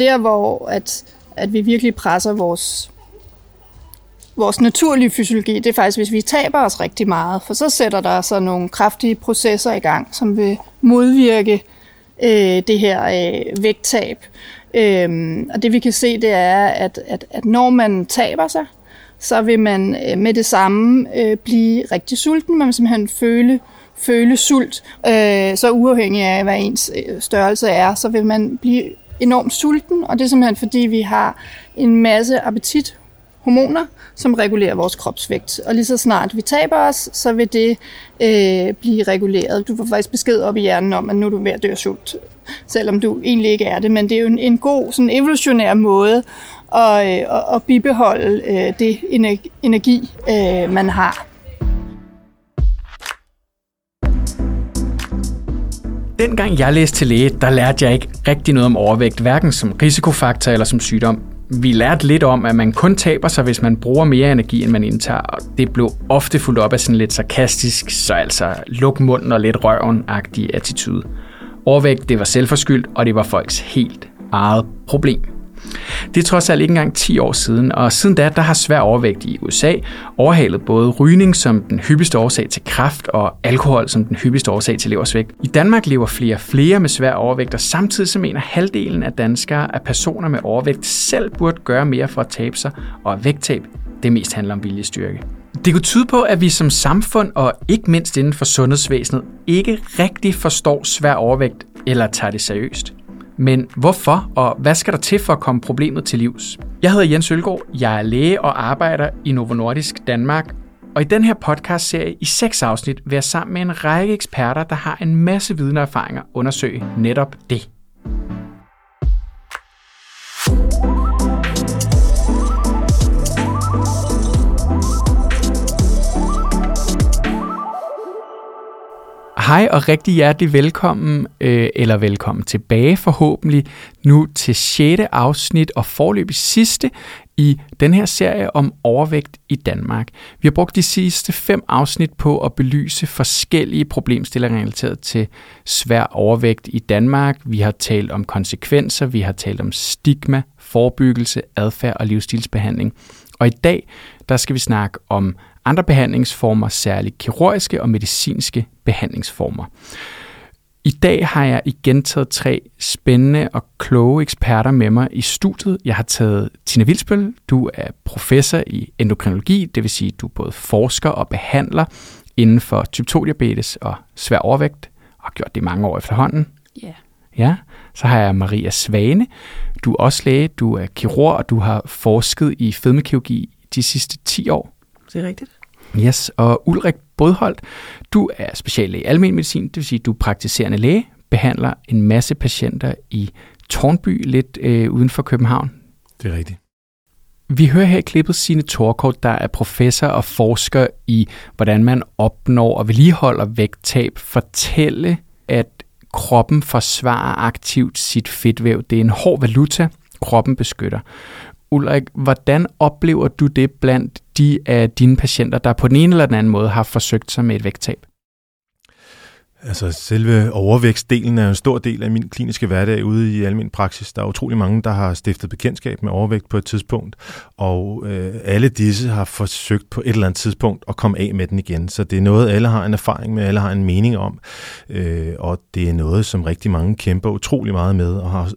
der, hvor at vi virkelig presser vores naturlige fysiologi, det er faktisk, hvis vi taber os rigtig meget, for så sætter der så nogle kraftige processer i gang, som vil modvirke det her vægttab. Og det vi kan se, det er, at når man taber sig, så vil man med det samme blive rigtig sulten. Man vil simpelthen føle sult. Så uafhængig af, hvad ens størrelse er, så vil man blive enormt sulten. Og det er simpelthen, fordi vi har en masse appetithormoner, som regulerer vores kropsvægt. Og lige så snart vi taber os, så vil det blive reguleret. Du får faktisk besked op i hjernen om, at nu er du ved at dø af sult, selvom du egentlig ikke er det. Men det er jo en god sådan evolutionær måde at bibeholde det energi, man har. Dengang jeg læste til læge, der lærte jeg ikke rigtig noget om overvægt, hverken som risikofaktor eller som sygdom. Vi lærte lidt om, at man kun taber sig, hvis man bruger mere energi, end man indtager, og det blev ofte fulgt op af sådan lidt sarkastisk, så altså luk munden og lidt røven-agtig attitude. Overvægt, det var selvforskyldt, og det var folks helt eget problem. Det er trods alt ikke engang 10 år siden, og siden da, der har svær overvægt i USA overhalet både rygning som den hyppigste årsag til kræft og alkohol som den hyppigste årsag til leversvægt. I Danmark lever flere med svær overvægt, og samtidig så mener halvdelen af danskere, at personer med overvægt selv burde gøre mere for at tabe sig, og at vægttab, det mest handler om viljestyrke. Det kunne tyde på, at vi som samfund, og ikke mindst inden for sundhedsvæsenet, ikke rigtig forstår svær overvægt eller tager det seriøst. Men hvorfor, og hvad skal der til for at komme problemet til livs? Jeg hedder Jens Ølgaard, jeg er læge og arbejder i Novo Nordisk Danmark, og i den her podcastserie i 6 afsnit vil jeg sammen med en række eksperter, der har en masse viden og erfaringer, undersøge netop det. Hej og rigtig hjertelig velkommen, eller velkommen tilbage forhåbentlig, nu til 6. afsnit og foreløbig sidste i den her serie om overvægt i Danmark. Vi har brugt de sidste 5 afsnit på at belyse forskellige problemstillinger relateret til svær overvægt i Danmark. Vi har talt om konsekvenser, vi har talt om stigma, forebyggelse, adfærd og livsstilsbehandling. Og i dag, der skal vi snakke om andre behandlingsformer, særligt kirurgiske og medicinske behandlingsformer. I dag har jeg igen taget 3 spændende og kloge eksperter med mig i studiet. Jeg har taget Tina Vilsbøl, du er professor i endokrinologi, det vil sige, at du både forsker og behandler inden for type 2-diabetes og svær overvægt, og har gjort det i mange år efterhånden. Yeah. Ja. Så har jeg Maria Svane, du er også læge, du er kirurg, og du har forsket i fedmekirurgi de sidste 10 år. Det er rigtigt. Yes, og Ulrik Bådholt, du er speciallæge i almen medicin, det vil sige, at du er praktiserende læge, behandler en masse patienter i Tårnby, lidt uden for København. Det er rigtigt. Vi hører her i klippet Signe Thorkov, der er professor og forsker i, hvordan man opnår og vedligeholder vægttab, fortælle, at kroppen forsvarer aktivt sit fedtvæv. Det er en hård valuta, kroppen beskytter. Ulrik, hvordan oplever du det blandt de af dine patienter, der på den ene eller den anden måde har forsøgt sig med et vægttab? Altså selve overvægtsdelen er en stor del af min kliniske hverdag ude i almen praksis. Der er utrolig mange, der har stiftet bekendtskab med overvægt på et tidspunkt, og alle disse har forsøgt på et eller andet tidspunkt at komme af med den igen. Så det er noget, alle har en erfaring med, alle har en mening om, og det er noget, som rigtig mange kæmper utrolig meget med, og har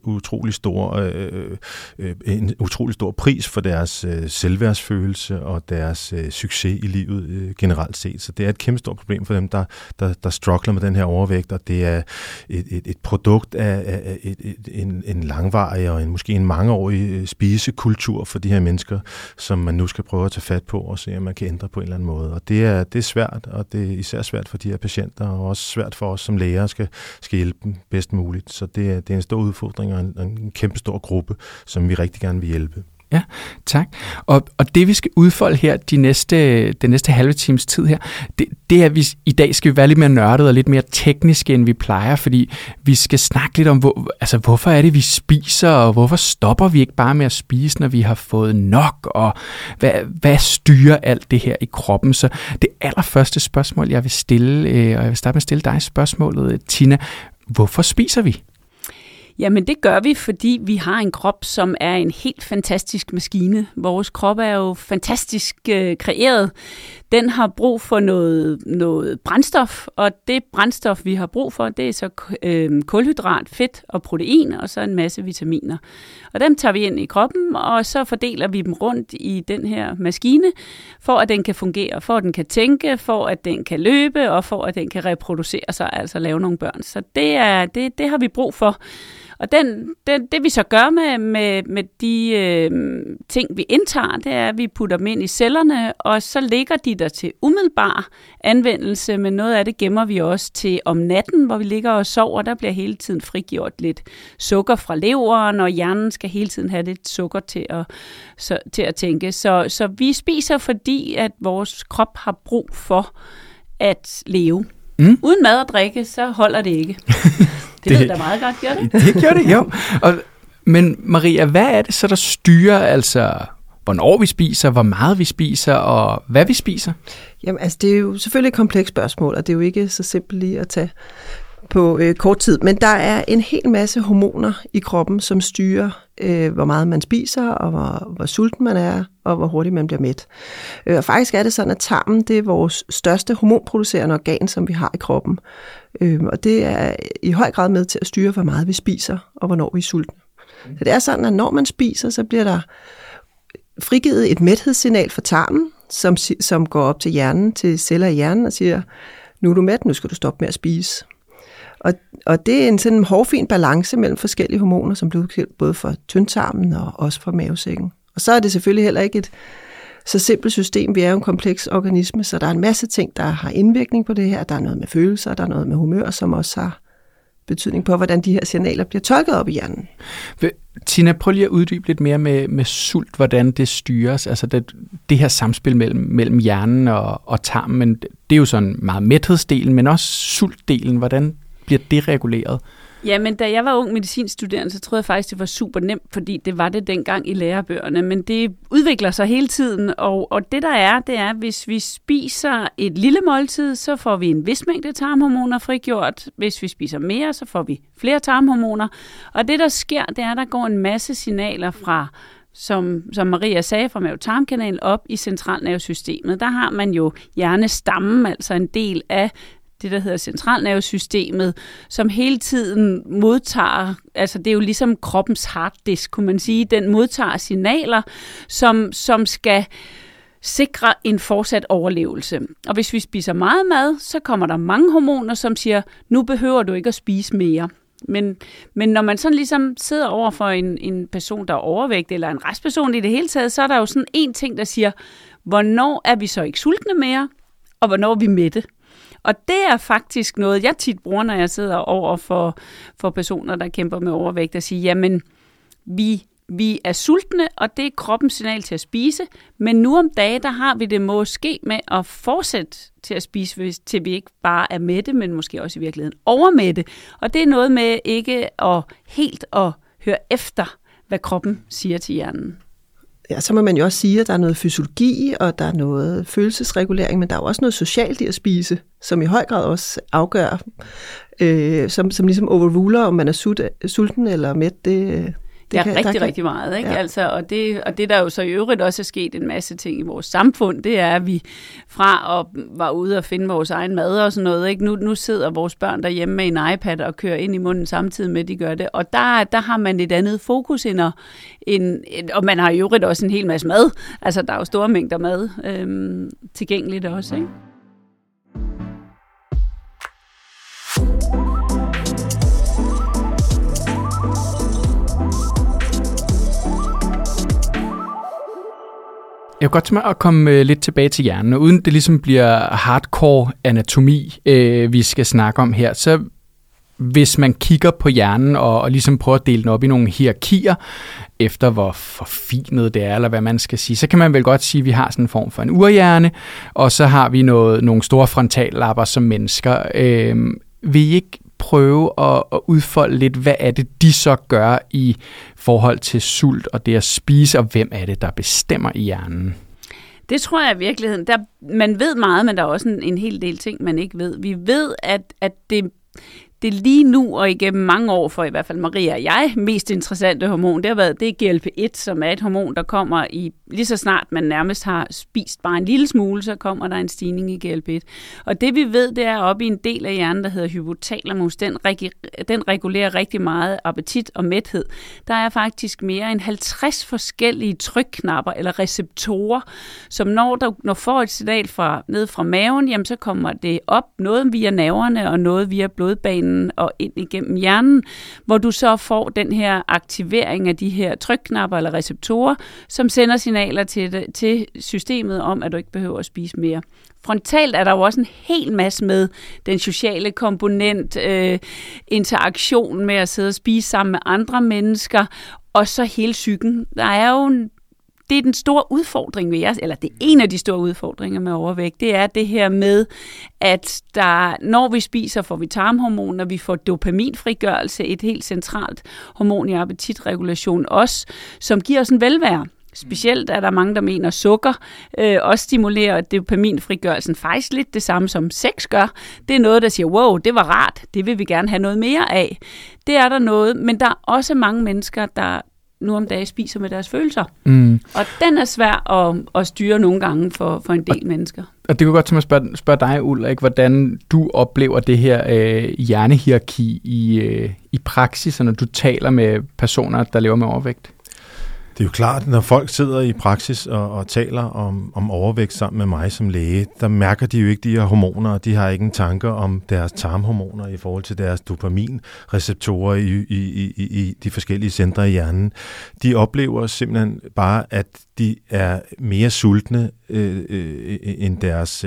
en utrolig stor pris for deres selvværdsfølelse og deres succes i livet generelt set. Så det er et kæmpe stort problem for dem, der struggler med den her overvægt, og det er et produkt af en langvarig og måske en mangeårig spisekultur for de her mennesker, som man nu skal prøve at tage fat på og se, om man kan ændre på en eller anden måde. Og det er svært, og det er især svært for de her patienter, og også svært for os som læger skal hjælpe dem bedst muligt. Så det er en stor udfordring og en kæmpe stor gruppe, som vi rigtig gerne vil hjælpe. Ja, tak. Og det vi skal udfolde her den næste halve times tid her, det er, at vi i dag skal vi være lidt mere nørdede og lidt mere tekniske, end vi plejer, fordi vi skal snakke lidt om, hvorfor er det, vi spiser, og hvorfor stopper vi ikke bare med at spise, når vi har fået nok, og hvad styrer alt det her i kroppen? Så det allerførste spørgsmål, jeg vil stille, og jeg vil starte med at stille dig spørgsmålet, Tina, hvorfor spiser vi? Jamen det gør vi, fordi vi har en krop, som er en helt fantastisk maskine. Vores krop er jo fantastisk kreeret. Den har brug for noget brændstof, og det brændstof, vi har brug for, det er så kulhydrat, fedt og protein, og så en masse vitaminer. Og dem tager vi ind i kroppen, og så fordeler vi dem rundt i den her maskine, for at den kan fungere, for at den kan tænke, for at den kan løbe, og for at den kan reproducere sig, altså lave nogle børn. Så det har vi brug for. Og det vi så gør med de ting, vi indtager, det er, at vi putter dem ind i cellerne, og så ligger de der til umiddelbar anvendelse, men noget af det gemmer vi også til om natten, hvor vi ligger og sover. Der bliver hele tiden frigjort lidt sukker fra leveren, og hjernen skal hele tiden have lidt sukker til at tænke. Så vi spiser, fordi at vores krop har brug for at leve. Uden mad og drikke, så holder det ikke. Det ved da meget godt, gør det? Det gør det, jo. Men Maria, hvad er det så, der styrer, altså hvornår vi spiser, hvor meget vi spiser, og hvad vi spiser? Jamen, altså det er jo selvfølgelig et komplekst spørgsmål, og det er jo ikke så simpelt lige at tage på kort tid. Men der er en hel masse hormoner i kroppen, som styrer, hvor meget man spiser, og hvor sulten man er, og hvor hurtigt man bliver mæt. Og faktisk er det sådan, at tarmen, det er vores største hormonproducerende organ, som vi har i kroppen. Og det er i høj grad med til at styre, hvor meget vi spiser, og hvornår vi er sultne. Så det er sådan, at når man spiser, så bliver der frigivet et mæthedssignal fra tarmen, som går op til hjernen, til celler i hjernen, og siger, nu er du mæt, nu skal du stoppe med at spise. Og det er en sådan hårfin balance mellem forskellige hormoner, som bliver udskilt både for tyndtarmen og også for mavesækken. Og så er det selvfølgelig heller ikke et så simpelt system. Vi er jo en kompleks organisme, så der er en masse ting, der har indvirkning på det her. Der er noget med følelser, der er noget med humør, som også har betydning på, hvordan de her signaler bliver tolket op i hjernen. Tina, prøv lige at uddybe lidt mere med sult, hvordan det styres. Altså det her samspil mellem hjernen og tarmen, men det er jo sådan meget mæthedsdelen, men også sultdelen. Hvordan bliver det reguleret? Jamen, da jeg var ung medicinstuderende, så troede jeg faktisk, det var super nemt, fordi det var det dengang i lærebøgerne. Men det udvikler sig hele tiden, og det der er, det er, hvis vi spiser et lille måltid, så får vi en vis mængde tarmhormoner frigjort. Hvis vi spiser mere, så får vi flere tarmhormoner. Og det der sker, det er, at der går en masse signaler fra, som Maria sagde, fra mave-tarmkanalen op i centralnervesystemet. Der har man jo hjernestammen, altså en del af det, der hedder centralnervesystemet, som hele tiden modtager, altså det er jo ligesom kroppens harddisk, kunne man sige, den modtager signaler, som skal sikre en fortsat overlevelse. Og hvis vi spiser meget mad, så kommer der mange hormoner, som siger, nu behøver du ikke at spise mere. Men når man sådan ligesom sidder over for en person, der er overvægtig, eller en restperson i det hele taget, så er der jo sådan en ting, der siger, hvornår er vi så ikke sultne mere, og hvornår er vi mætte? Og det er faktisk noget, jeg tit bruger, når jeg sidder over for personer, der kæmper med overvægt, at sige, jamen, vi er sultne, og det er kroppens signal til at spise, men nu om dagen, der har vi det måske med at fortsætte til at spise, til vi ikke bare er mætte, men måske også i virkeligheden overmætte. Og det er noget med ikke at helt at høre efter, hvad kroppen siger til hjernen. Ja, så må man jo også sige, at der er noget fysiologi, og der er noget følelsesregulering, men der er jo også noget socialt i at spise, som i høj grad også afgør, som ligesom overruler, om man er sulten eller mæt. Det er rigtig meget, ikke? Ja. Altså, og det der jo så i øvrigt også er sket en masse ting i vores samfund, det er, at vi fra at var ude og finde vores egen mad og sådan noget, ikke? Nu sidder vores børn derhjemme med en iPad og kører ind i munden samtidig med, at de gør det. Og der har man et andet fokus og man har i øvrigt også en hel masse mad. Altså, der er jo store mængder mad tilgængeligt også, ikke? Jeg kunne godt tænke mig at komme lidt tilbage til hjernen, og uden det ligesom bliver hardcore anatomi, vi skal snakke om her, så hvis man kigger på hjernen og ligesom prøver at dele den op i nogle hierarkier, efter hvor forfinet det er, eller hvad man skal sige, så kan man vel godt sige, at vi har sådan en form for en urhjerne, og så har vi nogle store frontallapper som mennesker. Vil I ikke prøve at udfolde lidt, hvad er det, de så gør i forhold til sult og det at spise, og hvem er det, der bestemmer i hjernen? Det tror jeg i virkeligheden. Man ved meget, men der er også en hel del ting, man ikke ved. Vi ved, at det det lige nu og igennem mange år for i hvert fald Maria og jeg, mest interessante hormon, det er GLP-1, som er et hormon, der kommer i lige så snart man nærmest har spist bare en lille smule, så kommer der en stigning i GLP-1. Og det vi ved, det er oppe i en del af hjernen, der hedder hypotalamus, den regulerer rigtig meget appetit og mæthed. Der er faktisk mere end 50 forskellige trykknapper eller receptorer, som når får et signal ned fra maven, jamen så kommer det op, noget via nerverne og noget via blodbanen og ind igennem hjernen, hvor du så får den her aktivering af de her trykknapper eller receptorer, som sender signaler til systemet om, at du ikke behøver at spise mere. Frontalt er der jo også en hel masse med den sociale komponent, interaktion med at sidde og spise sammen med andre mennesker, og så hele psyken. Der er jo det er den store udfordring ved jeres, eller det er en af de store udfordringer med overvægt, det er det her med, at når vi spiser, får vi tarmhormoner, vi får dopaminfrigørelse, et helt centralt hormon i appetitregulation også, som giver os en velvære. Specielt er der mange, der mener, at sukker også stimulerer dopaminfrigørelsen. Faktisk lidt det samme som sex gør. Det er noget, der siger, wow, det var rart, det vil vi gerne have noget mere af. Det er der noget, men der er også mange mennesker, der nu om dagen spiser med deres følelser. Og den er svær at styre nogle gange for en del mennesker. Og det kunne godt tænke mig at spørge dig, Ulrik, hvordan du oplever det her hjernehierarki i praksis, når du taler med personer, der lever med overvægt? Det er jo klart, når folk sidder i praksis og taler om overvægt sammen med mig som læge, der mærker de jo ikke de her hormoner, og de har ikke en tanke om deres tarmhormoner i forhold til deres dopaminreceptorer i de forskellige centre i hjernen. De oplever simpelthen bare, at de er mere sultne end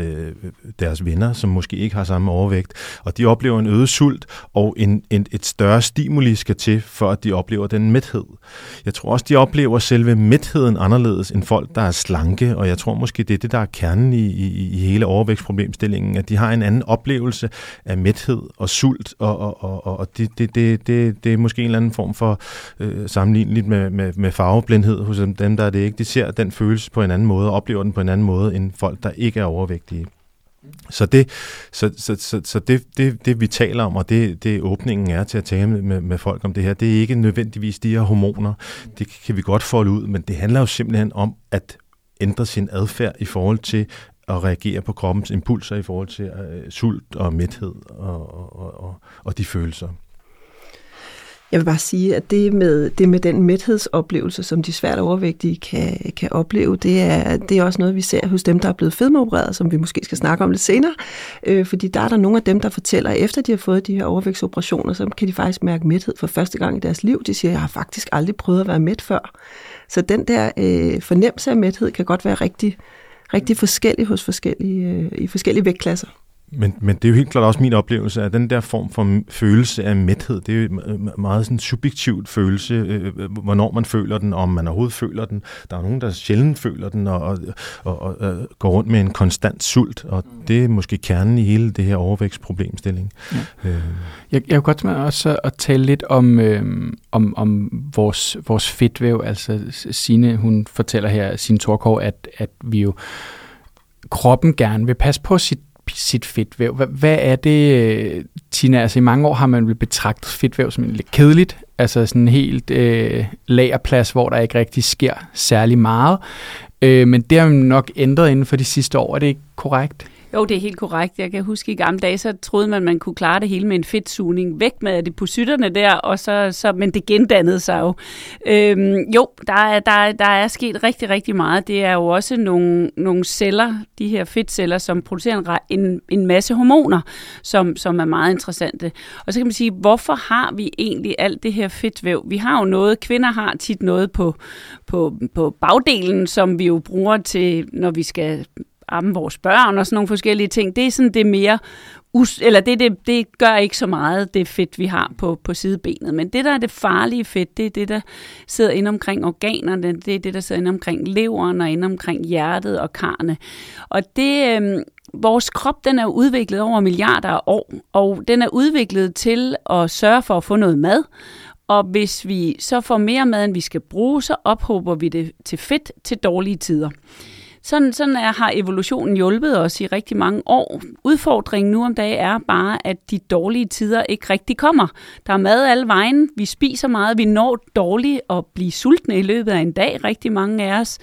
deres venner, som måske ikke har samme overvægt. Og de oplever en øget sult, og et større stimuli skal til, for at de oplever den mæthed. Jeg tror også, de oplever selve mætheden anderledes end folk, der er slanke, og jeg tror måske, det er det, der er kernen i hele overvægtsproblemstillingen, at de har en anden oplevelse af mæthed og sult, og det er måske en eller anden form for sammenligneligt med farveblindhed hos dem, der er det ikke. De ser den følelse på en anden måde, og oplever den på en anden måde, end folk, der ikke er overvægtige. Så det vi taler om, og det åbningen er til at tale med folk om det her, det er ikke nødvendigvis de her hormoner. Det kan vi godt folde ud, men det handler jo simpelthen om at ændre sin adfærd i forhold til at reagere på kroppens impulser i forhold til sult og mæthed og de følelser. Jeg vil bare sige, at det med den mæthedsoplevelse, som de svært overvægtige kan opleve, det er også noget, vi ser hos dem, der er blevet fedmeopereret, som vi måske skal snakke om lidt senere. Fordi der er der nogle af dem, der fortæller, at efter de har fået de her overvægtsoperationer, så kan de faktisk mærke mæthed for første gang i deres liv. De siger, jeg har faktisk aldrig prøvet at være mæt før. Så den der fornemmelse af mæthed kan godt være rigtig, rigtig forskellig hos forskellige vægtklasser. Men det er jo helt klart også min oplevelse, at den der form for følelse af mæthed, det er jo meget sådan en subjektivt følelse, hvornår man føler den, om man overhovedet føler den. Der er nogen, der sjældent føler den og går rundt med en konstant sult, og det er måske kernen i hele det her overvægtsproblemstilling. Ja. Jeg kunne godt tænke mig også at tale lidt om vores fedtvæv. Altså Signe, hun fortæller her, Signe Thorkov, at vi jo kroppen gerne vil passe på sit fedtvæv. Hvad er det, Tina? Altså i mange år har man vel betragtet fedtvæv som lidt kedeligt, altså sådan en helt lagerplads, hvor der ikke rigtig sker særlig meget. Men det har nok ændret inden for de sidste år, er det ikke korrekt? Jo, det er helt korrekt. Jeg kan huske, i gamle dage, så troede man kunne klare det hele med en fedtsugning. Væk med depositterne der, og men det gendannede sig jo. Der er sket rigtig, rigtig meget. Det er jo også nogle celler, de her fedtceller, som producerer en masse hormoner, som er meget interessante. Og så kan man sige, hvorfor har vi egentlig alt det her fedtvæv? Vi har jo noget, kvinder har tit noget på bagdelen, som vi jo bruger til, når vi skal amme vores børn og sådan nogle forskellige ting. Det er sådan det mere, det gør ikke så meget, det fedt, vi har på sidebenet. Men det, der er det farlige fedt, det er det, der sidder inde omkring organerne, det er det, der sidder inde omkring leveren og inde omkring hjertet og karrene. Og det, vores krop, den er udviklet over milliarder af år, og den er udviklet til at sørge for at få noget mad. Og hvis vi så får mere mad, end vi skal bruge, så ophober vi det til fedt til dårlige tider. Sådan har evolutionen hjulpet os i rigtig mange år. Udfordringen nu om dagen er bare, at de dårlige tider ikke rigtig kommer. Der er mad alle vejen, vi spiser meget, vi når dårligt at blive sultne i løbet af en dag, rigtig mange af os.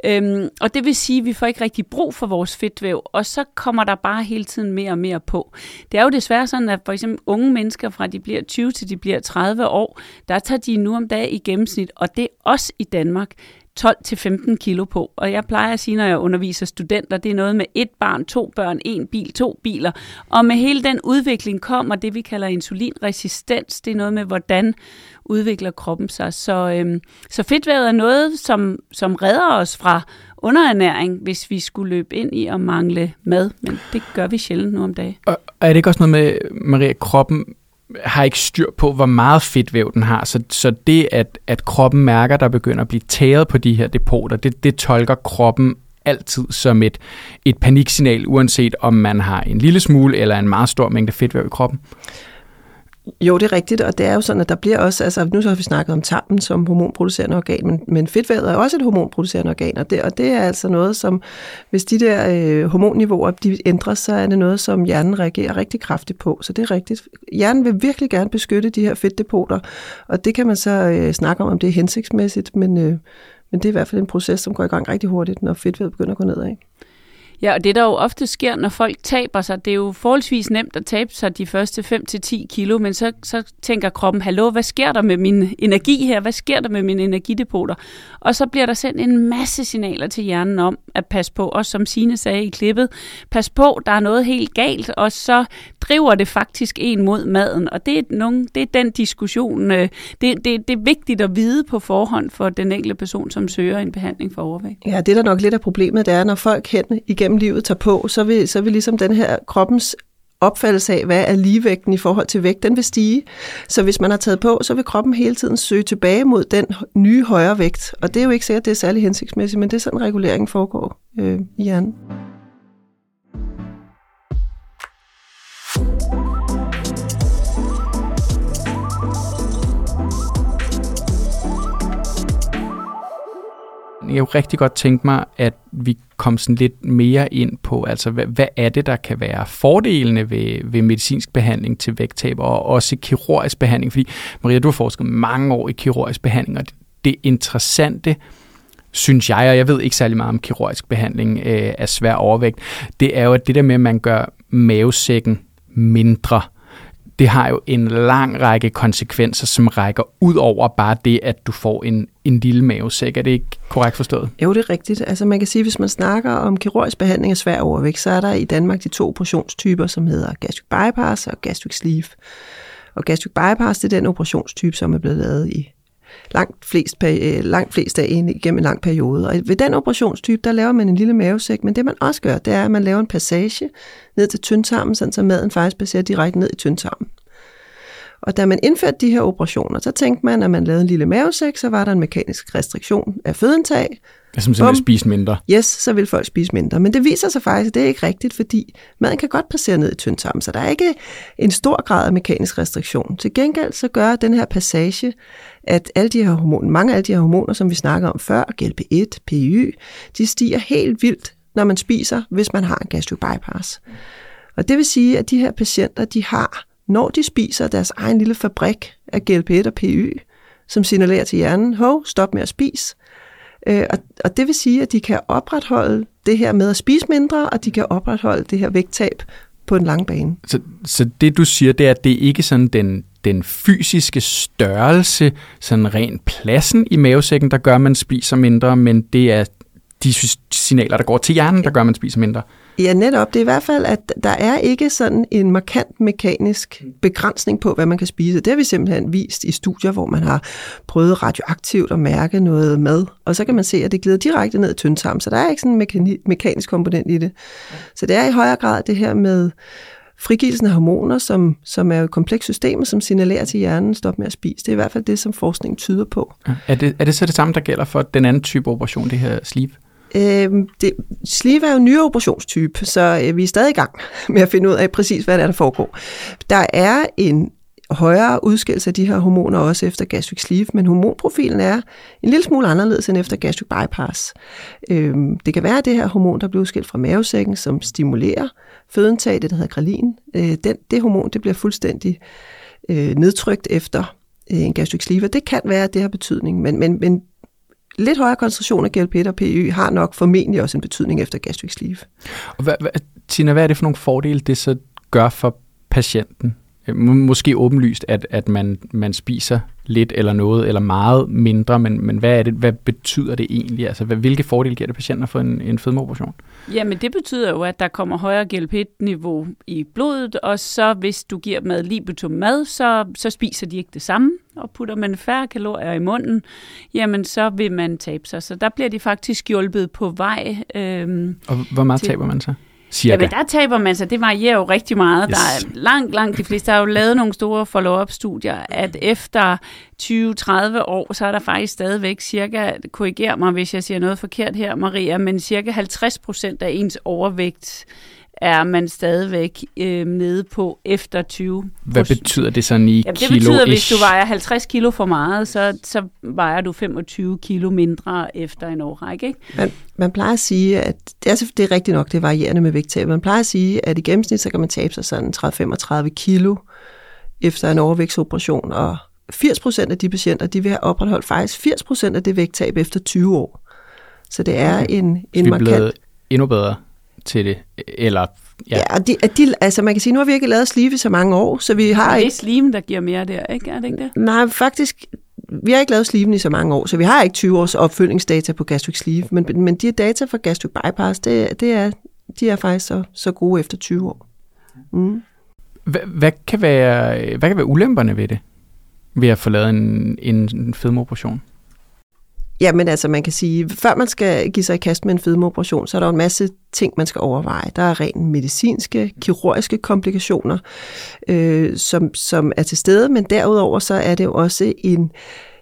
Og det vil sige, at vi får ikke rigtig brug for vores fedtvæv, og så kommer der bare hele tiden mere og mere på. Det er jo desværre sådan, at for eksempel unge mennesker, fra de bliver 20 til de bliver 30 år, der tager de nu om dagen i gennemsnit, og det er også i Danmark, 12-15 kilo på. Og jeg plejer at sige, når jeg underviser studenter, det er noget med 1 barn, 2 børn, 1 bil, 2 biler. Og med hele den udvikling kommer det, vi kalder insulinresistens. Det er noget med, hvordan udvikler kroppen sig. Så fedtvævet er noget, som redder os fra underernæring, hvis vi skulle løbe ind i at mangle mad. Men det gør vi sjældent nu om dagen. Og er det ikke også noget med, Maria, kroppen har ikke styr på, hvor meget fedtvæv den har. Så det, at kroppen mærker, der begynder at blive tæret på de her depoter, det tolker kroppen altid som et paniksignal, uanset om man har en lille smule eller en meget stor mængde fedtvæv i kroppen. Jo, det er rigtigt, og det er jo sådan, at der bliver også, altså nu så har vi snakket om tarmen som hormonproducerende organ, men fedtvævet er også et hormonproducerende organ, og det er altså noget, som hvis de der hormonniveauer, de ændres, så er det noget, som hjernen reagerer rigtig kraftigt på, så det er rigtigt. Hjernen vil virkelig gerne beskytte de her fedtdepoter, og det kan man så snakke om det er hensigtsmæssigt, men det er i hvert fald en proces, som går i gang rigtig hurtigt, når fedtvævet begynder at gå nedad. Ja, og det der jo ofte sker, når folk taber sig, det er jo forholdsvis nemt at tabe sig de første 5-10 kilo, men så tænker kroppen, hallo, hvad sker der med min energi her? Hvad sker der med mine energidepoter? Og så bliver der sendt en masse signaler til hjernen om at passe på, også som Signe sagde i klippet, pas på, der er noget helt galt, og så driver det faktisk en mod maden, og det er den diskussion. Det er vigtigt at vide på forhånd for den enkelte person, som søger en behandling for overvægt. Ja, det der nok lidt af problemet, det er, når folk hen igennem livet tager på, så vil ligesom den her kroppens opfattelse af, hvad er ligevægten i forhold til vægt, den vil stige. Så hvis man har taget på, så vil kroppen hele tiden søge tilbage mod den nye højere vægt. Og det er jo ikke sikkert, det er særlig hensigtsmæssigt, men det er sådan, reguleringen foregår i hjernen. Jeg kunne rigtig godt tænke mig, at vi kom sådan lidt mere ind på, altså hvad er det, der kan være fordelene ved medicinsk behandling til vægttab, og også kirurgisk behandling, fordi Maria, du har forsket mange år i kirurgisk behandling, og det interessante, synes jeg, og jeg ved ikke særlig meget om kirurgisk behandling af svær overvægt, det er jo, at det der med, at man gør mavesækken mindre, det har jo en lang række konsekvenser, som rækker ud over bare det, at du får en lille mavesæk. Er det ikke korrekt forstået? Jo, det er rigtigt. Altså man kan sige, hvis man snakker om kirurgisk behandling af svær overvægt, så er der i Danmark de 2 operationstyper, som hedder gastric bypass og gastric sleeve. Og gastric bypass, det er den operationstype, som er blevet lavet i langt flest af igennem en lang periode. Og ved den operationstype, der laver man en lille mavesæk, men det man også gør, det er, at man laver en passage ned til tyndtarmen, så maden faktisk passerer direkte ned i tyndtarmen. Og da man indførte de her operationer, så tænkte man, at man lavede en lille mavesæk, så var der en mekanisk restriktion af fødeindtag. Det som simpelthen spise mindre. Yes, så vil folk spise mindre. Men det viser sig faktisk, at det er ikke rigtigt, fordi maden kan godt passere ned i tyndtarmen, så der er ikke en stor grad af mekanisk restriktion. Til gengæld så gør den her passage, at mange af alle de her hormoner, som vi snakker om før, GLP-1, PY, de stiger helt vildt, når man spiser, hvis man har en gastric bypass. Og det vil sige, at de her patienter, de har, når de spiser deres egen lille fabrik af GLP-1 og PY, som signalerer til hjernen, stop med at spise. Og det vil sige, at de kan opretholde det her med at spise mindre, og de kan opretholde det her vægttab på en lang bane. Så det du siger, det er, at det ikke er sådan den fysiske størrelse, sådan rent pladsen i mavesækken, der gør, at man spiser mindre, men det er de signaler, der går til hjernen, der gør, at man spiser mindre. Ja, netop. Det er i hvert fald, at der er ikke sådan en markant mekanisk begrænsning på, hvad man kan spise. Det har vi simpelthen vist i studier, hvor man har prøvet radioaktivt at mærke noget mad, og så kan man se, at det glider direkte ned i tyndtarmen, så der er ikke sådan en mekanisk komponent i det. Så det er i højere grad det her med frigivelsen af hormoner, som er jo et komplekst system, som signalerer til hjernen, stop med at spise. Det er i hvert fald det, som forskningen tyder på. Er det så det samme, der gælder for den anden type operation, det her sleeve? Sleeve er jo en ny operationstype, så vi er stadig i gang med at finde ud af præcis, hvad der foregår. Der er en højere udskillelse af de her hormoner også efter gastric sleeve, men hormonprofilen er en lille smule anderledes end efter gastric bypass. Det kan være, at det her hormon, der bliver udskilt fra mavesækken, som stimulerer fødeindtag, det der hedder grelin, det hormon, det bliver fuldstændig nedtrykt efter en gastric sleeve. Det kan være, at det har betydning, men lidt højere koncentration af GLP-1 og PY har nok formentlig også en betydning efter gastric sleeve. Og Tina, hvad er det for nogle fordele, det så gør for patienten? Måske åbenlyst, at man spiser lidt eller noget, eller meget mindre, men hvad er det? Hvad betyder det egentlig? Altså, hvilke fordele giver det patienten at få en fedmeoperation? Jamen, det betyder jo, at der kommer højere GLP-1-niveau i blodet, og så hvis du giver dem ad libitum mad, så spiser de ikke det samme, og putter man færre kalorier i munden, jamen så vil man tabe sig. Så der bliver de faktisk hjulpet på vej. Og hvor meget taber man så? Cirka. Jamen, der taber man sig. Det varierer jo rigtig meget. Yes. Der er langt de fleste. Der er jo lavet nogle store follow-up-studier, at efter 20-30 år, så er der faktisk stadigvæk cirka, korriger mig, hvis jeg siger noget forkert her, Maria, men cirka 50% af ens overvægt er man stadigvæk nede på efter 20. Hvad betyder det sådan i kilo-ish? Det betyder, hvis du vejer 50 kilo for meget, så vejer du 25 kilo mindre efter en årrække, ikke? Man plejer at sige, at det er rigtigt nok, det er varierende med vægttab. Man plejer at sige, at i gennemsnit, så kan man tabe sig sådan 30-35 kilo efter en overvægtsoperation, og 80% af de patienter, de vil have opretholdt faktisk 80% af det vægttab efter 20 år. Så det er en markant... Vi er blevet endnu bedre til det, eller... Ja, altså man kan sige, nu har vi ikke lavet sleeve i så mange år, så vi har ikke... Det er sleeven, der giver mere der, ikke? Er det ikke det? Nej, faktisk, vi har ikke lavet sleeven i så mange år, så vi har ikke 20 års opfølgningsdata på gastric sleeve, men de data for gastric bypass, de er faktisk så gode efter 20 år. Mm. Hvad kan være ulemperne ved det, ved at få lavet en fedmeoperation? Ja, men altså man kan sige, før man skal give sig i kast med en fedmeoperation, så er der en masse ting, man skal overveje. Der er rent medicinske, kirurgiske komplikationer, som er til stede, men derudover så er det jo også en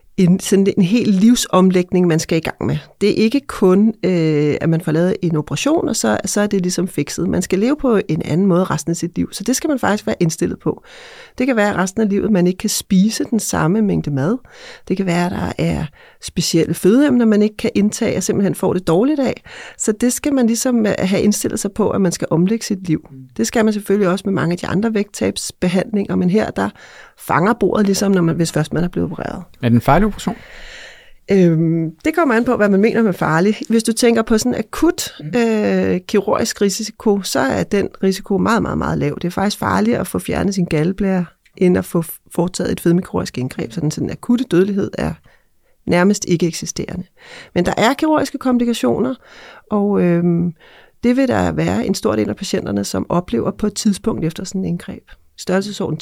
hel livsomlægning, man skal i gang med. Det er ikke kun, at man får lavet en operation, og så er det ligesom fikset. Man skal leve på en anden måde resten af sit liv, så det skal man faktisk være indstillet på. Det kan være, at resten af livet, man ikke kan spise den samme mængde mad. Det kan være, at der er specielle fødeemner, man ikke kan indtage, og simpelthen får det dårligt af. Så det skal man ligesom have indstillet sig på, at man skal omlægge sit liv. Det skal man selvfølgelig også med mange af de andre vægttabsbehandlinger, men her, der fanger bordet ligesom, hvis først man er blevet opereret. Er det en farlig operation? Det kommer an på, hvad man mener med farlig. Hvis du tænker på sådan akut kirurgisk risiko, så er den risiko meget, meget, meget lav. Det er faktisk farligere at få fjernet sin galdeblære, end at få foretaget et fedmekirurgisk indgreb. Så den akutte dødelighed er nærmest ikke eksisterende. Men der er kirurgiske komplikationer, og det vil der være en stor del af patienterne, som oplever på et tidspunkt efter sådan et indgreb. Størrelsesorden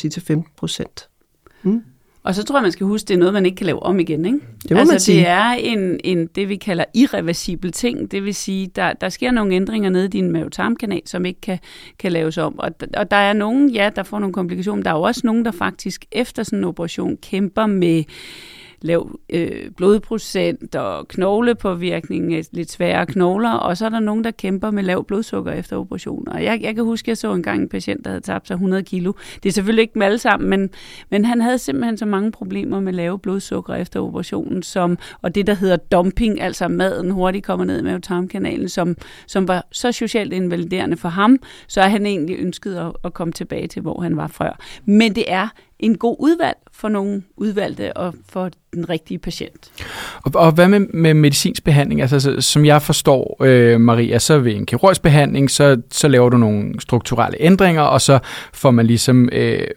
10-15%. Mm. Og så tror jeg, man skal huske, det er noget, man ikke kan lave om igen, ikke? Det må man sige. Det er det, vi kalder irreversibel ting. Det vil sige, der sker nogle ændringer nede i din mavetarmkanal, som ikke kan laves om. Og der er nogen, der får nogle komplikationer. Der er jo også nogen, der faktisk efter sådan en operation kæmper med lav blodprocent og knoglepåvirkning, lidt svære knogler, og så er der nogen, der kæmper med lav blodsukker efter operationer. Og jeg kan huske, at jeg så engang en patient, der havde tabt sig 100 kilo. Det er selvfølgelig ikke dem alle sammen, men han havde simpelthen så mange problemer med lave blodsukker efter operationen, og det, der hedder dumping, altså maden hurtigt kommer ned i mavetarmkanalen, som var så socialt invaliderende for ham, så han egentlig ønskede at komme tilbage til, hvor han var før. Men det er en god udvalg for nogle udvalgte og for den rigtige patient. Og hvad med medicinsk behandling? Altså, som jeg forstår, Maria, så ved en kirurgisk behandling, så laver du nogle strukturelle ændringer, og så får man ligesom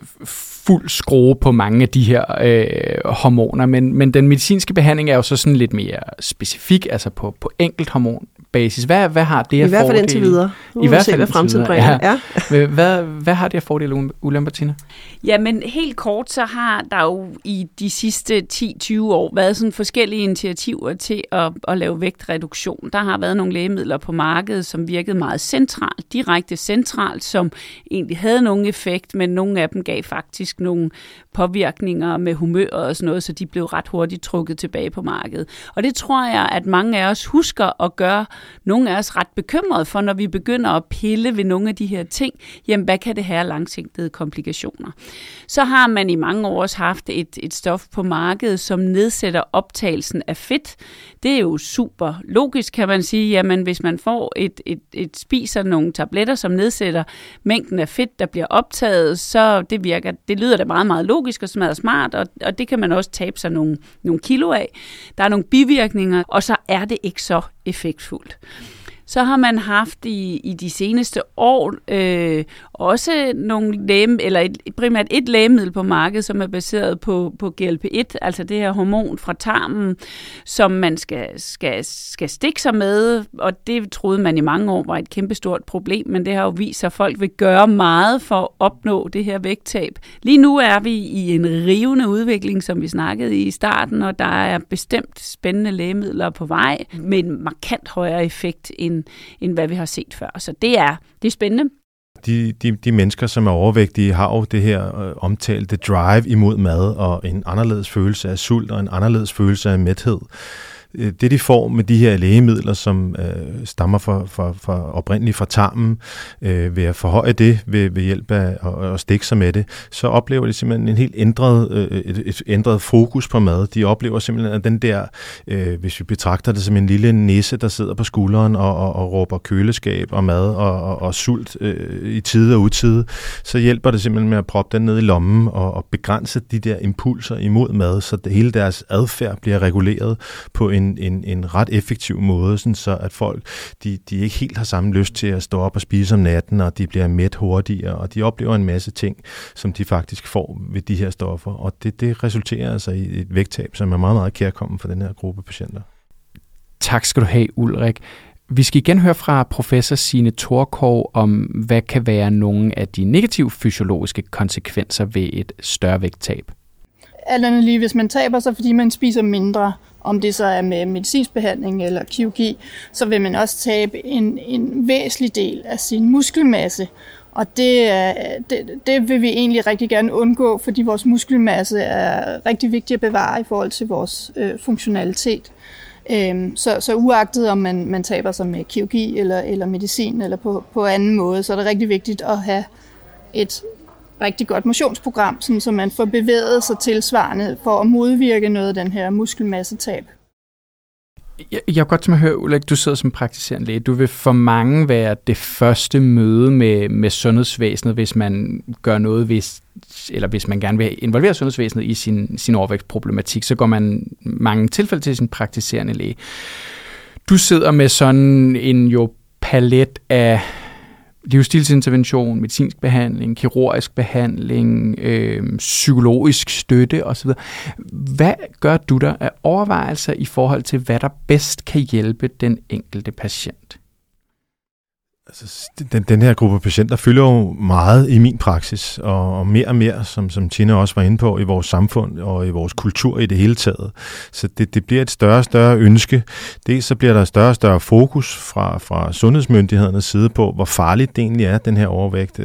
fuld skrue på mange af de her hormoner. Men den medicinske behandling er jo så sådan lidt mere specifik, altså på enkelt hormonbasis. Hvad har det her fordele? I hvert fald indtil videre. I hvert fald hvad fremtiden bringer. Ja. Hvad har det her fordele, ulemper, Tina? Ja, men helt kort, så har der jo i de sidste 10-20 år været sådan forskellige initiativer til at lave vægtreduktion. Der har været nogle lægemidler på markedet, som virkede meget centralt, direkte centralt, som egentlig havde nogen effekt, men nogle af dem gav faktisk nogle påvirkninger med humøret og sådan noget, så de blev ret hurtigt trukket tilbage på markedet. Og det tror jeg, at mange af os husker at gøre nogle af os ret bekymrede for, når vi begynder at pille ved nogle af de her ting, jamen hvad kan det have langsigtede komplikationer? Så har man i mange år også haft et stof på markedet, som nedsætter optagelsen af fedt. Det er jo super logisk, kan man sige. Jamen hvis man får spiser nogle tabletter, som nedsætter mængden af fedt, der bliver optaget, så det lyder da meget, meget logisk og smadret smart, og det kan man også tabe sig nogle kilo af. Der er nogle bivirkninger, og så er det ikke så effektfuldt. Så har man haft i de seneste år også nogle primært et lægemiddel på markedet, som er baseret på GLP-1, altså det her hormon fra tarmen, som man skal stikke sig med, og det troede man i mange år var et kæmpestort problem, men det har jo vist sig, at folk vil gøre meget for at opnå det her vægttab. Lige nu er vi i en rivende udvikling, som vi snakkede i starten, og der er bestemt spændende lægemidler på vej med en markant højere effekt end hvad vi har set før. Så det er spændende. De mennesker, som er overvægtige, har jo det her omtalte drive imod mad og en anderledes følelse af sult og en anderledes følelse af mæthed. Det, de får med de her lægemidler, som stammer fra oprindeligt fra tarmen, ved at forhøje det ved hjælp af at stikke sig med det, så oplever de simpelthen en helt ændret fokus på mad. De oplever simpelthen, at den der, hvis vi betragter det som en lille nisse, der sidder på skulderen og råber køleskab og mad og sult i tide og utide, så hjælper det simpelthen med at proppe den ned i lommen og begrænse de der impulser imod mad, så hele deres adfærd bliver reguleret på en ret effektiv måde, sådan så at folk de ikke helt har samme lyst til at stå op og spise om natten, og de bliver mæt hurtigere, og de oplever en masse ting, som de faktisk får ved de her stoffer, og det resulterer altså i et vægttab, som er meget, meget kærkommen for den her gruppe patienter. Tak skal du have, Ulrik. Vi skal igen høre fra professor Signe Thorkov om, hvad kan være nogle af de negative fysiologiske konsekvenser ved et større vægttab. Alt andet lige, hvis man taber sig, fordi man spiser mindre, om det så er med medicinsk behandling eller kirurgi, så vil man også tabe en væsentlig del af sin muskelmasse. Og det vil vi egentlig rigtig gerne undgå, fordi vores muskelmasse er rigtig vigtig at bevare i forhold til vores funktionalitet. Så uagtet om man taber sig med kirurgi eller medicin eller på anden måde, så er det rigtig vigtigt at have et rigtig godt motionsprogram, sådan, så man får bevæget sig tilsvarende for at modvirke noget af den her muskelmassetab. Jeg er godt til at høre, Ulrik, du sidder som praktiserende læge. Du vil for mange være det første møde med sundhedsvæsenet, hvis man gør noget, hvis man gerne vil involvere sundhedsvæsenet i sin overvægtsproblematik, så går man mange tilfælde til sin praktiserende læge. Du sidder med sådan en palet af livsstilsintervention, medicinsk behandling, kirurgisk behandling, psykologisk støtte osv. Hvad gør du der af overvejelser i forhold til, hvad der bedst kan hjælpe den enkelte patient? Altså, den her gruppe patienter fylder jo meget i min praksis, og mere, som Tina også var inde på, i vores samfund og i vores kultur i det hele taget. Så det bliver et større og større ønske. Dels så bliver der større og større fokus fra sundhedsmyndighedernes side på, hvor farligt det egentlig er, den her overvægt.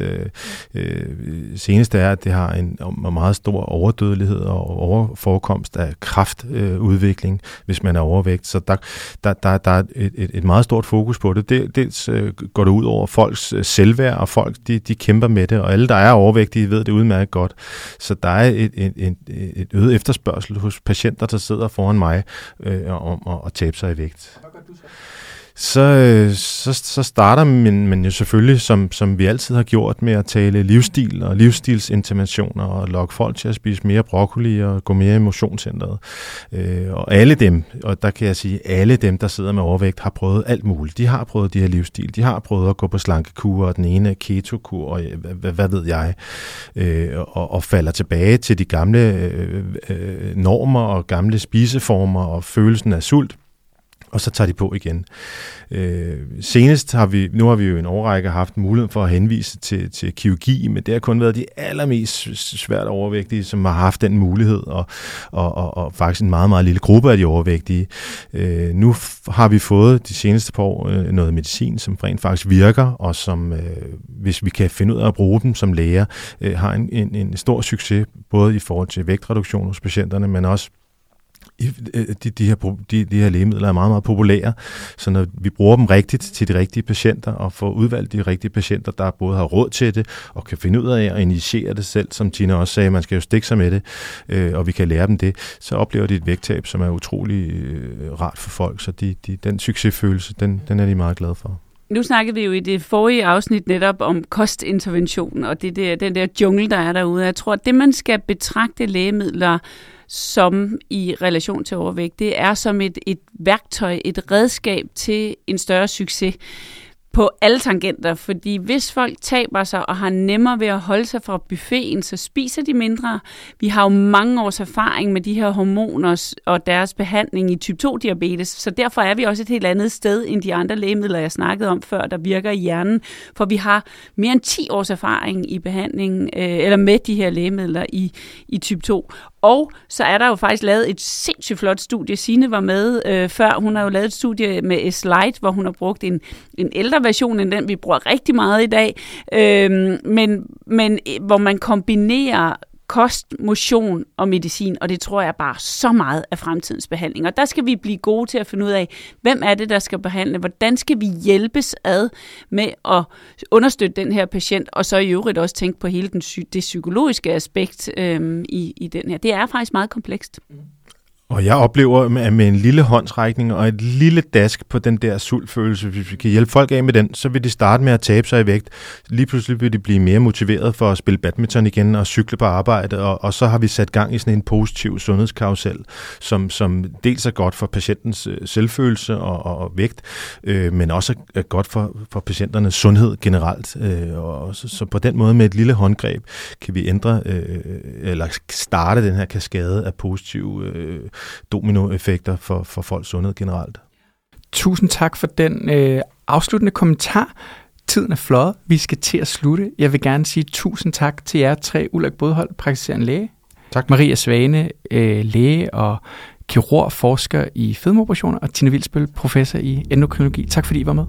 Senest er, at det har en meget stor overdødelighed og overforekomst af kræftudvikling, hvis man er overvægt. Så der er et meget stort fokus på det. Dels går det ud over folks selvværd, og folk de kæmper med det, og alle, der er overvægtige, ved det udmærket godt. Så der er et øget efterspørgsel hos patienter, der sidder foran mig om at tabe sig i vægt. Så starter man jo selvfølgelig, som vi altid har gjort, med at tale livsstil og livsstilsinterventioner og lokke folk til at spise mere broccoli og gå mere i motionscenteret. Og alle dem, og der kan jeg sige, alle dem, der sidder med overvægt, har prøvet alt muligt. De har prøvet de her livsstil. De har prøvet at gå på slankekur, og den ene ketokur, og hvad ved jeg, og falder tilbage til de gamle normer og gamle spiseformer og følelsen af sult. Og så tager de på igen. Senest har vi jo i en årrække haft mulighed for at henvise til kirurgi, men det har kun været de allermest svært overvægtige, som har haft den mulighed, og faktisk en meget, meget lille gruppe af de overvægtige. Nu har vi fået de seneste par år noget medicin, som rent faktisk virker, og som, hvis vi kan finde ud af at bruge dem som læger, har en stor succes, både i forhold til vægtreduktion hos patienterne, men også De her lægemidler er meget, meget populære, så når vi bruger dem rigtigt til de rigtige patienter, og får udvalgt de rigtige patienter, der både har råd til det, og kan finde ud af at initiere det selv, som Tina også sagde, man skal jo stikke sig med det, og vi kan lære dem det, så oplever de et vægttab, som er utrolig rart for folk, så den succesfølelse, den er de meget glade for. Nu snakkede vi jo i det forrige afsnit netop om kostintervention, og den der jungle, der er derude. Jeg tror, at det, man skal betragte lægemidler som i relation til overvægt, det er som et værktøj, et redskab til en større succes på alle tangenter, fordi hvis folk taber sig og har nemmere ved at holde sig fra buffeten, så spiser de mindre. Vi har jo mange års erfaring med de her hormoner og deres behandling i type 2-diabetes, så derfor er vi også et helt andet sted end de andre lægemidler, jeg snakkede om før, der virker i hjernen, for vi har mere end 10 års erfaring i behandlingen, eller med de her lægemidler i type 2. Og så er der jo faktisk lavet et sindssygt flot studie. Signe var med før. Hun har jo lavet et studie med S-Lite, hvor hun har brugt en ældre version end den, vi bruger rigtig meget i dag. Men hvor man kombinerer kost, motion og medicin, og det tror jeg bare så meget af fremtidens behandling. Og der skal vi blive gode til at finde ud af, hvem er det, der skal behandle, hvordan skal vi hjælpes ad med at understøtte den her patient, og så i øvrigt også tænke på hele det psykologiske aspekt i den her. Det er faktisk meget komplekst. Og jeg oplever, at med en lille håndsrækning og et lille dask på den der sultfølelse, hvis vi kan hjælpe folk af med den, så vil de starte med at tabe sig i vægt. Lige pludselig vil de blive mere motiveret for at spille badminton igen og cykle på arbejde, og så har vi sat gang i sådan en positiv sundhedskarusel, som dels er godt for patientens selvfølelse og vægt, men også er godt for patienternes sundhed generelt. Så på den måde med et lille håndgreb kan vi ændre eller starte den her kaskade af positive dominoeffekter for folks sundhed generelt. Tusind tak for den afsluttende kommentar. Tiden er fløjet. Vi skal til at slutte. Jeg vil gerne sige tusind tak til jer tre. Ulrik Bodholt, praktiserende læge. Tak. Maria Svane, læge og kirurg, forsker i fedmeoperationer. Og Tina Vilsbøl, professor i endokrinologi. Tak fordi I var med.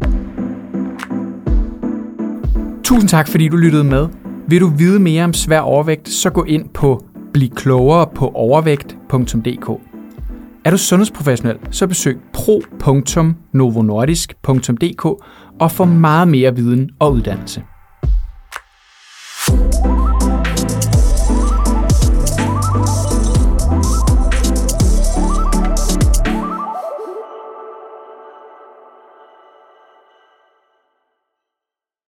Tusind tak fordi du lyttede med. Vil du vide mere om svær overvægt, så gå ind på bliklogere på overvægt.dk. Er du sundhedsprofessionel, så besøg pro.novonordisk.dk og få meget mere viden og uddannelse.